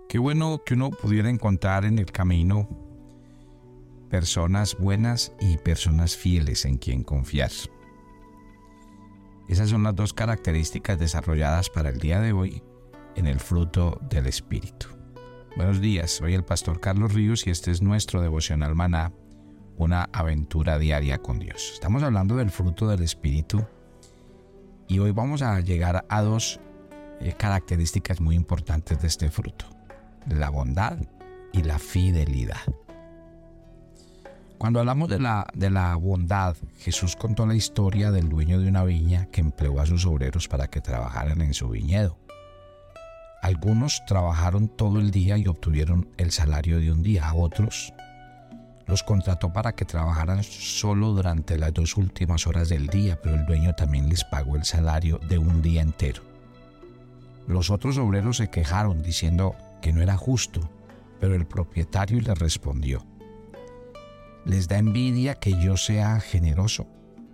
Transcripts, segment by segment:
Qué bueno que uno pudiera encontrar en el camino personas buenas y personas fieles en quien confiar. Esas son las dos características desarrolladas para el día de hoy en el fruto del Espíritu. Buenos días, soy el pastor Carlos Ríos y este es nuestro devocional Maná, una aventura diaria con Dios. Estamos hablando del fruto del Espíritu y hoy vamos a llegar a dos características muy importantes de este fruto: la bondad y la fidelidad. Cuando hablamos de la bondad, Jesús contó la historia del dueño de una viña que empleó a sus obreros para que trabajaran en su viñedo. Algunos trabajaron todo el día y obtuvieron el salario de un día. A otros los contrató para que trabajaran solo durante las 2 últimas horas del día, pero el dueño también les pagó el salario de un día entero. Los otros obreros se quejaron diciendo que no era justo, pero el propietario les respondió: ¿les da envidia que yo sea generoso?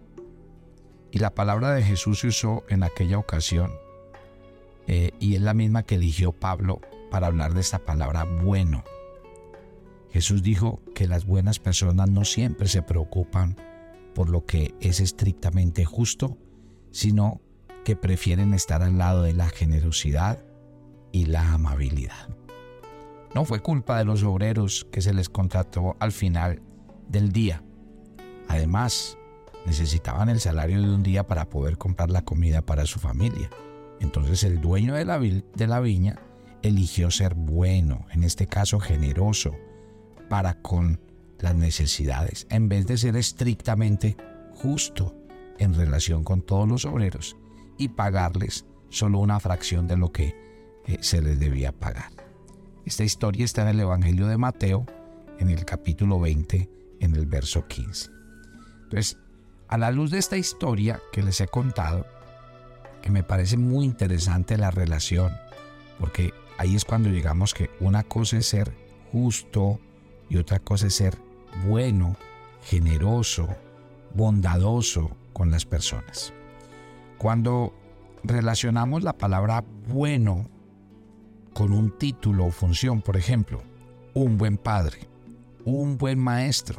Y la palabra de Jesús se usó en aquella ocasión y es la misma que eligió Pablo para hablar de esta palabra bueno. Jesús dijo que las buenas personas no siempre se preocupan por lo que es estrictamente justo, sino que prefieren estar al lado de la generosidad y la amabilidad. No fue culpa de los obreros que se les contrató al final del día. Además, necesitaban el salario de un día para poder comprar la comida para su familia. Entonces el dueño de la viña eligió ser bueno, en este caso generoso, para con las necesidades, en vez de ser estrictamente justo en relación con todos los obreros y pagarles solo una fracción de lo que se les debía pagar. Esta historia está en el Evangelio de Mateo, en el capítulo 20, en el verso 15. Entonces, a la luz de esta historia que les he contado, que me parece muy interesante la relación, porque ahí es cuando llegamos que una cosa es ser justo y otra cosa es ser bueno, generoso, bondadoso con las personas. Cuando relacionamos la palabra bueno con un título o función, por ejemplo, un buen padre, un buen maestro,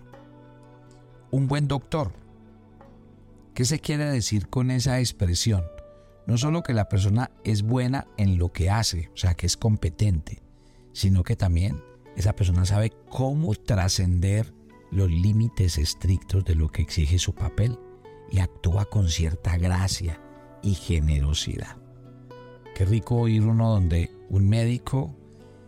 un buen doctor, ¿qué se quiere decir con esa expresión? No solo que la persona es buena en lo que hace, o sea, que es competente, sino que también esa persona sabe cómo trascender los límites estrictos de lo que exige su papel y actúa con cierta gracia y generosidad. Qué rico oír uno donde un médico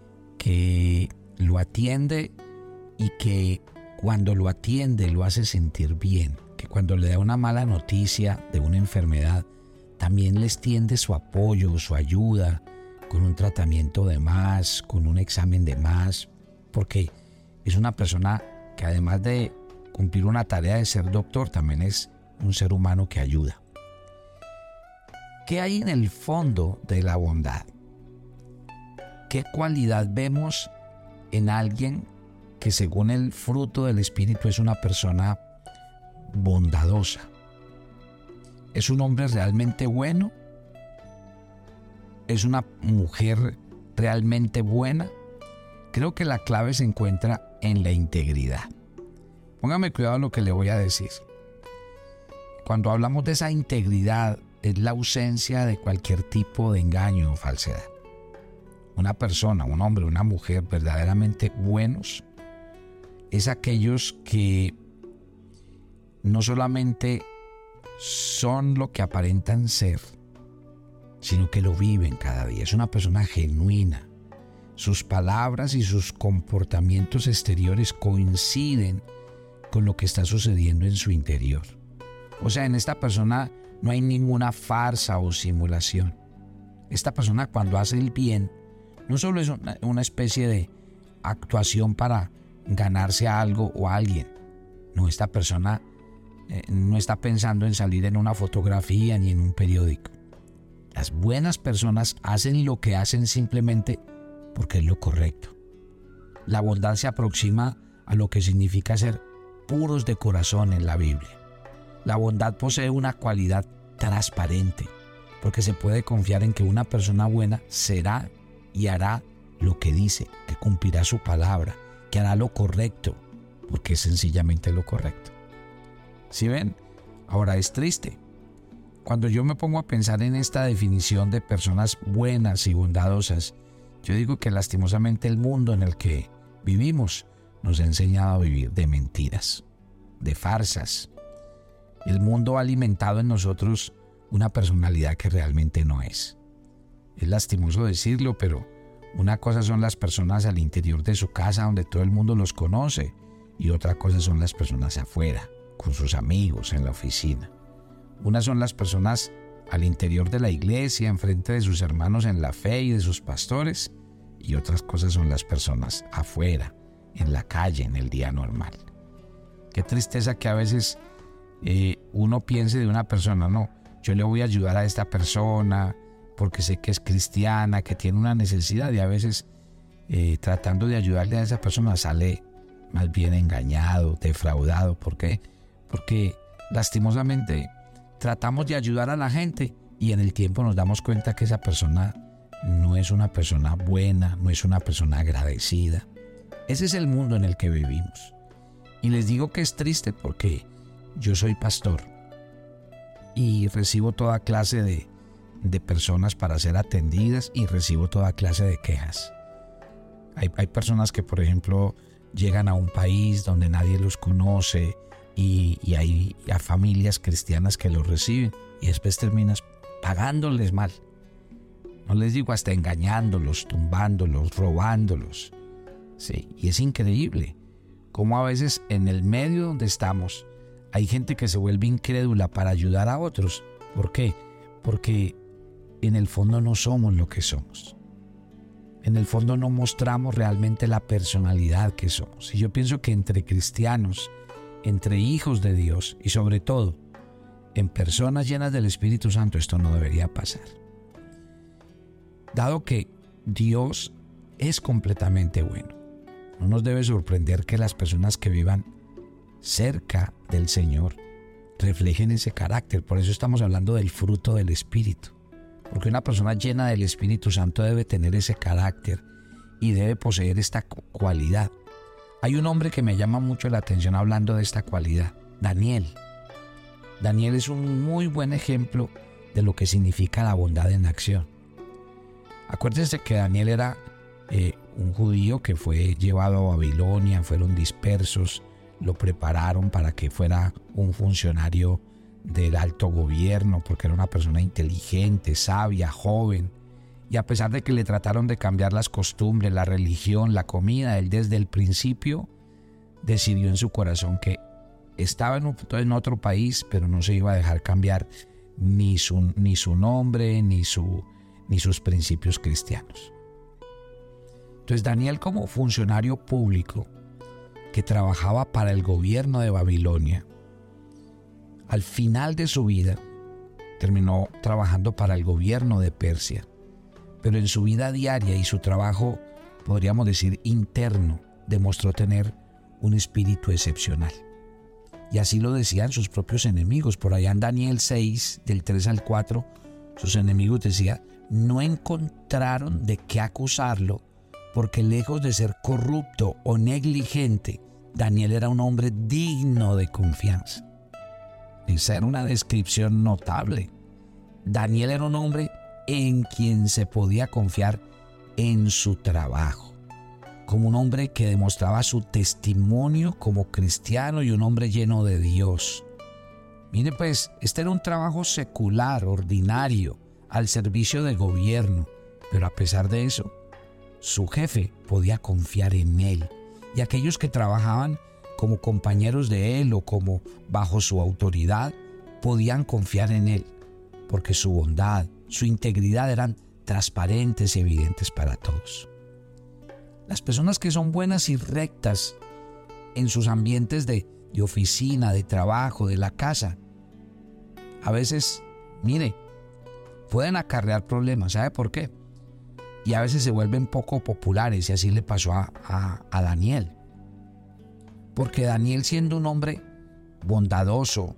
que lo atiende y que cuando lo atiende lo hace sentir bien, que cuando le da una mala noticia de una enfermedad también les tiende su apoyo, su ayuda, con un tratamiento de más, con un examen de más, porque es una persona que además de cumplir una tarea de ser doctor, también es un ser humano que ayuda. ¿Qué hay en el fondo de la bondad? ¿Qué cualidad vemos en alguien que según el fruto del Espíritu es una persona bondadosa? ¿Es un hombre realmente bueno? ¿Es una mujer realmente buena? Creo que la clave se encuentra en la integridad. Póngame cuidado en lo que le voy a decir. Cuando hablamos de esa integridad, es la ausencia de cualquier tipo de engaño o falsedad. Una persona, un hombre, una mujer verdaderamente buenos es aquellos que no solamente son lo que aparentan ser, sino que lo viven cada día. Es una persona genuina. Sus palabras y sus comportamientos exteriores coinciden con lo que está sucediendo en su interior. O sea, en esta persona no hay ninguna farsa o simulación. Esta persona, cuando hace el bien, no solo es una especie de actuación para ganarse a algo o a alguien. No, esta persona no está pensando en salir en una fotografía ni en un periódico. Las buenas personas hacen lo que hacen simplemente porque es lo correcto. La bondad se aproxima a lo que significa ser puros de corazón en la Biblia. La bondad posee una cualidad transparente, porque se puede confiar en que una persona buena será y hará lo que dice, que cumplirá su palabra, que hará lo correcto, porque es sencillamente lo correcto. ¿Sí ven? Ahora es triste. Cuando yo me pongo a pensar en esta definición de personas buenas y bondadosas, yo digo que lastimosamente el mundo en el que vivimos nos ha enseñado a vivir de mentiras, de farsas. El mundo ha alimentado en nosotros una personalidad que realmente no es. Es lastimoso decirlo, pero una cosa son las personas al interior de su casa donde todo el mundo los conoce y otra cosa son las personas afuera, con sus amigos, en la oficina. Unas son las personas al interior de la iglesia, enfrente de sus hermanos en la fe y de sus pastores, y otras cosas son las personas afuera, en la calle, en el día normal. Qué tristeza que a veces uno piense de una persona, no, yo le voy a ayudar a esta persona porque sé que es cristiana, que tiene una necesidad, y a veces tratando de ayudarle a esa persona sale más bien engañado, defraudado. ¿Por qué? Porque lastimosamente tratamos de ayudar a la gente y en el tiempo nos damos cuenta que esa persona no es una persona buena, no es una persona agradecida. Ese es el mundo en el que vivimos. Y les digo que es triste porque yo soy pastor y recibo toda clase de personas para ser atendidas y recibo toda clase de quejas. Hay personas que, por ejemplo, llegan a un país donde nadie los conoce y hay familias cristianas que los reciben y después terminas pagándoles mal. No les digo hasta engañándolos, tumbándolos, robándolos. Sí, y es increíble cómo a veces en el medio donde estamos hay gente que se vuelve incrédula para ayudar a otros. ¿Por qué? Porque en el fondo no somos lo que somos. En el fondo no mostramos realmente la personalidad que somos. Y yo pienso que entre cristianos, entre hijos de Dios y sobre todo en personas llenas del Espíritu Santo, esto no debería pasar. Dado que Dios es completamente bueno, no nos debe sorprender que las personas que vivan cerca del Señor reflejen ese carácter. Por eso estamos hablando del fruto del Espíritu. Porque una persona llena del Espíritu Santo debe tener ese carácter y debe poseer esta cualidad. Hay un hombre que me llama mucho la atención hablando de esta cualidad, Daniel. Daniel es un muy buen ejemplo de lo que significa la bondad en acción. Acuérdense que Daniel era un judío que fue llevado a Babilonia, fueron dispersos, lo prepararon para que fuera un funcionario del alto gobierno, porque era una persona inteligente, sabia, joven. Y a pesar de que le trataron de cambiar las costumbres, la religión, la comida, él desde el principio decidió en su corazón que estaba en otro país, pero no se iba a dejar cambiar ni su nombre, ni sus principios cristianos. Entonces Daniel, como funcionario público que trabajaba para el gobierno de Babilonia, al final de su vida terminó trabajando para el gobierno de Persia, pero en su vida diaria y su trabajo, podríamos decir interno, demostró tener un espíritu excepcional. Y así lo decían sus propios enemigos. Por allá en Daniel 6, del 3 al 4, sus enemigos decían, no encontraron de qué acusarlo, porque lejos de ser corrupto o negligente, Daniel era un hombre digno de confianza. Esa era una descripción notable. Daniel era un hombre en quien se podía confiar en su trabajo, como un hombre que demostraba su testimonio como cristiano y un hombre lleno de Dios. Mire pues, este era un trabajo secular, ordinario, al servicio del gobierno, pero a pesar de eso, su jefe podía confiar en él, y aquellos que trabajaban como compañeros de él o como bajo su autoridad podían confiar en él, porque su bondad, su integridad eran transparentes y evidentes para todos. Las personas que son buenas y rectas en sus ambientes de oficina, de trabajo, de la casa, a veces, mire, pueden acarrear problemas. ¿Sabe por qué? Y a veces se vuelven poco populares, y así le pasó a Daniel. Porque Daniel, siendo un hombre bondadoso,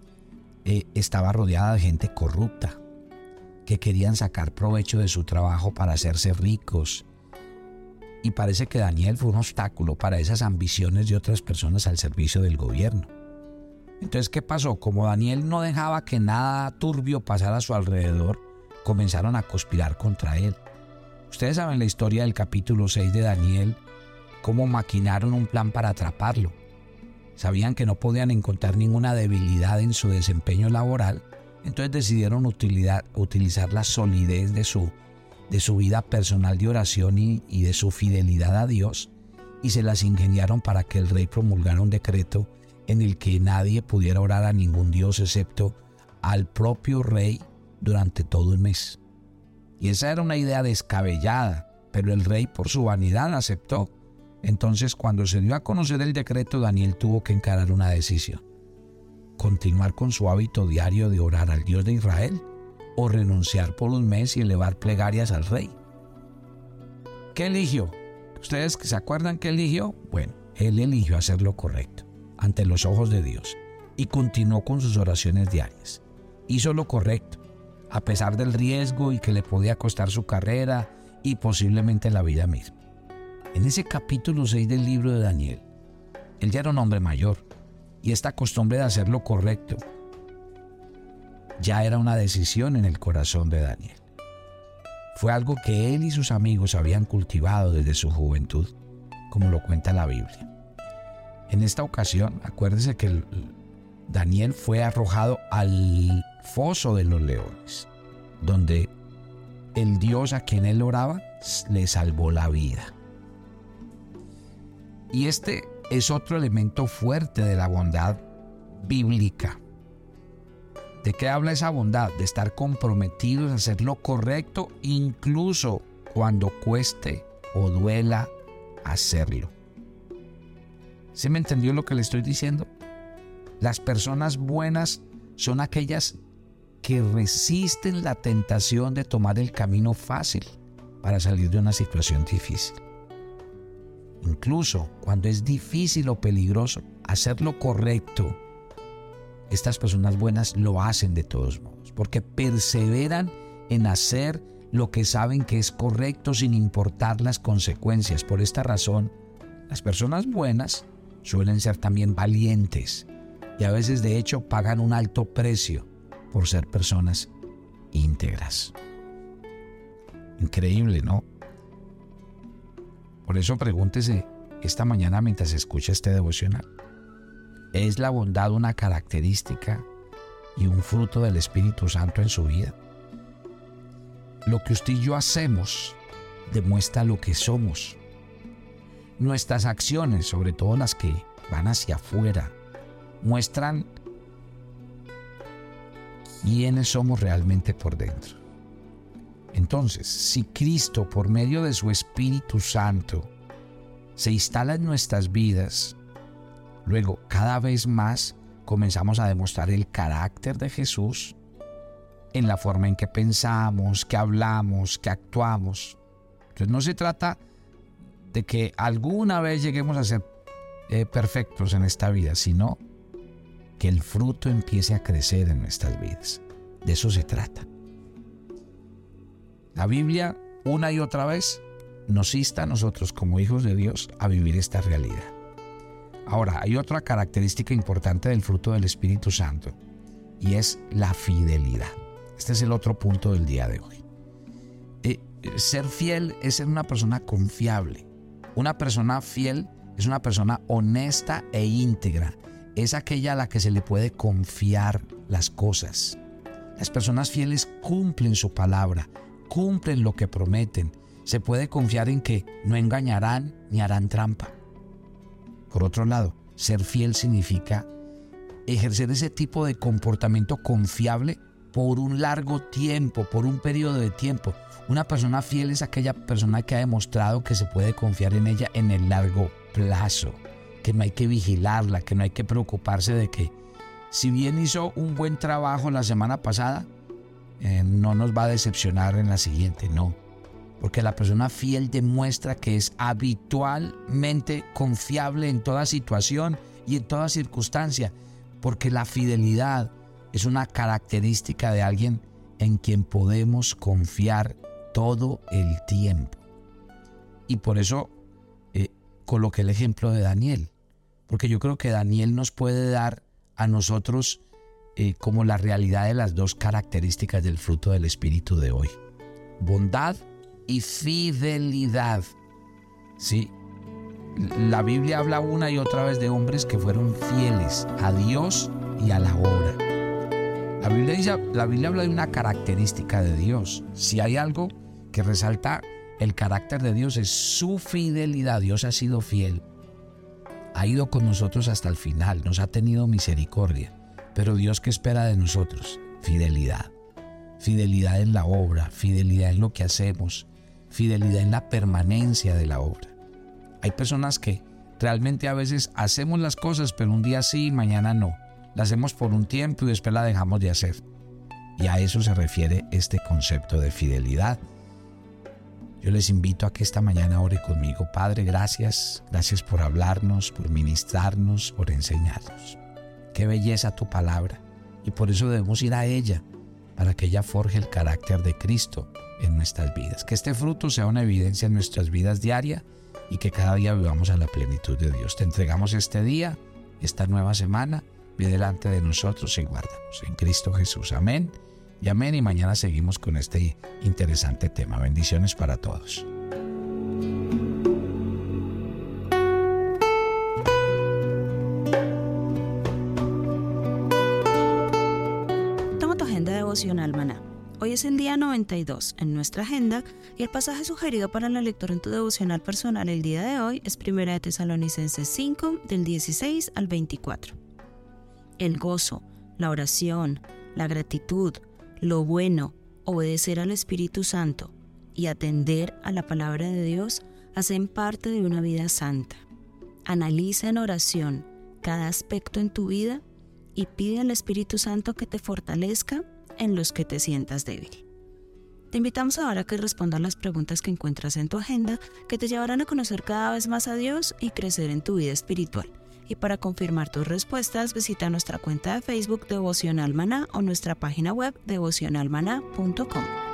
estaba rodeada de gente corrupta, que querían sacar provecho de su trabajo para hacerse ricos Y parece que Daniel fue un obstáculo para esas ambiciones de otras personas al servicio del gobierno. Entonces, ¿qué pasó? Como Daniel no dejaba que nada turbio pasara a su alrededor, comenzaron a conspirar contra él. Ustedes saben la historia del capítulo 6 de Daniel, cómo maquinaron un plan para atraparlo. Sabían que no podían encontrar ninguna debilidad en su desempeño laboral, entonces decidieron utilizar la solidez de su vida personal de oración y de su fidelidad a Dios, y se las ingeniaron para que el rey promulgara un decreto en el que nadie pudiera orar a ningún dios excepto al propio rey durante todo el mes. Y esa era una idea descabellada, pero el rey por su vanidad aceptó. Entonces, cuando se dio a conocer el decreto, Daniel tuvo que encarar una decisión: continuar con su hábito diario de orar al Dios de Israel o renunciar por un mes y elevar plegarias al rey. ¿Qué eligió? ¿Ustedes se acuerdan qué eligió? Bueno, él eligió hacer lo correcto ante los ojos de Dios y continuó con sus oraciones diarias. Hizo lo correcto, a pesar del riesgo y que le podía costar su carrera y posiblemente la vida misma. En ese capítulo 6 del libro de Daniel, él ya era un hombre mayor y esta costumbre de hacer lo correcto ya era una decisión en el corazón de Daniel. Fue algo que él y sus amigos habían cultivado desde su juventud, como lo cuenta la Biblia. En esta ocasión, acuérdense que Daniel fue arrojado al foso de los leones, donde el Dios a quien él oraba le salvó la vida. Y este es otro elemento fuerte de la bondad bíblica. ¿De qué habla esa bondad? De estar comprometidos a hacer lo correcto, incluso cuando cueste o duela hacerlo. ¿Sí me entendió lo que le estoy diciendo? Las personas buenas son aquellas que resisten la tentación de tomar el camino fácil para salir de una situación difícil. Incluso cuando es difícil o peligroso hacer lo correcto, estas personas buenas lo hacen de todos modos, porque perseveran en hacer lo que saben que es correcto sin importar las consecuencias. Por esta razón, las personas buenas suelen ser también valientes y a veces de hecho pagan un alto precio por ser personas íntegras. Increíble, ¿no? Por eso pregúntese esta mañana mientras escucha este devocional: ¿es la bondad una característica y un fruto del Espíritu Santo en su vida? Lo que usted y yo hacemos demuestra lo que somos. Nuestras acciones, sobre todo las que van hacia afuera, muestran quiénes somos realmente por dentro. Entonces, si Cristo, por medio de su Espíritu Santo, se instala en nuestras vidas, luego cada vez más comenzamos a demostrar el carácter de Jesús en la forma en que pensamos, que hablamos, que actuamos. Entonces no se trata de que alguna vez lleguemos a ser perfectos en esta vida, sino que el fruto empiece a crecer en nuestras vidas. De eso se trata. La Biblia, una y otra vez, nos insta a nosotros como hijos de Dios a vivir esta realidad. Ahora, hay otra característica importante del fruto del Espíritu Santo, y es la fidelidad. Este es el otro punto del día de hoy. Ser fiel es ser una persona confiable. Una persona fiel es una persona honesta e íntegra. Es aquella a la que se le puede confiar las cosas. Las personas fieles cumplen su palabra, cumplen lo que prometen. Se puede confiar en que no engañarán ni harán trampa. Por otro lado, ser fiel significa ejercer ese tipo de comportamiento confiable por un largo tiempo, por un periodo de tiempo. Una persona fiel es aquella persona que ha demostrado que se puede confiar en ella en el largo plazo, que no hay que vigilarla, que no hay que preocuparse de que si bien hizo un buen trabajo la semana pasada, no nos va a decepcionar en la siguiente, no. Porque la persona fiel demuestra que es habitualmente confiable en toda situación y en toda circunstancia, porque la fidelidad es una característica de alguien en quien podemos confiar todo el tiempo. Y por eso coloqué el ejemplo de Daniel, porque yo creo que Daniel nos puede dar a nosotros como la realidad de las dos características del fruto del Espíritu de hoy: bondad y fidelidad. Sí, la Biblia habla una y otra vez de hombres que fueron fieles a Dios y a la obra. La Biblia habla de una característica de Dios. Si hay algo que resalta el carácter de Dios, es su fidelidad. Dios ha sido fiel, ha ido con nosotros hasta el final, nos ha tenido misericordia. Pero Dios, ¿qué espera de nosotros? Fidelidad. Fidelidad en la obra, fidelidad en lo que hacemos, fidelidad en la permanencia de la obra. Hay personas que realmente a veces hacemos las cosas, pero un día sí y mañana no. La hacemos por un tiempo y después la dejamos de hacer. Y a eso se refiere este concepto de fidelidad. Yo les invito a que esta mañana ore conmigo. Padre, gracias. Gracias por hablarnos, por ministrarnos, por enseñarnos. Qué belleza tu palabra. Y por eso debemos ir a ella, para que ella forje el carácter de Cristo en nuestras vidas. Que este fruto sea una evidencia en nuestras vidas diarias y que cada día vivamos a la plenitud de Dios. Te entregamos este día, esta nueva semana. Ve delante de nosotros y guárdanos. En Cristo Jesús. Amén y amén. Y mañana seguimos con este interesante tema. Bendiciones para todos. Toma tu agenda devocional Maná. Hoy es el día 92 en nuestra agenda y el pasaje sugerido para la lectura en tu devocional personal el día de hoy es 1 Tesalonicenses 5 del 16 al 24. El gozo, la oración, la gratitud, lo bueno, obedecer al Espíritu Santo y atender a la palabra de Dios hacen parte de una vida santa. Analiza en oración cada aspecto en tu vida y pide al Espíritu Santo que te fortalezca en los que te sientas débil. Te invitamos ahora a que respondas las preguntas que encuentras en tu agenda que te llevarán a conocer cada vez más a Dios y crecer en tu vida espiritual. Y para confirmar tus respuestas, visita nuestra cuenta de Facebook Devocional Maná o nuestra página web devocionalmaná.com.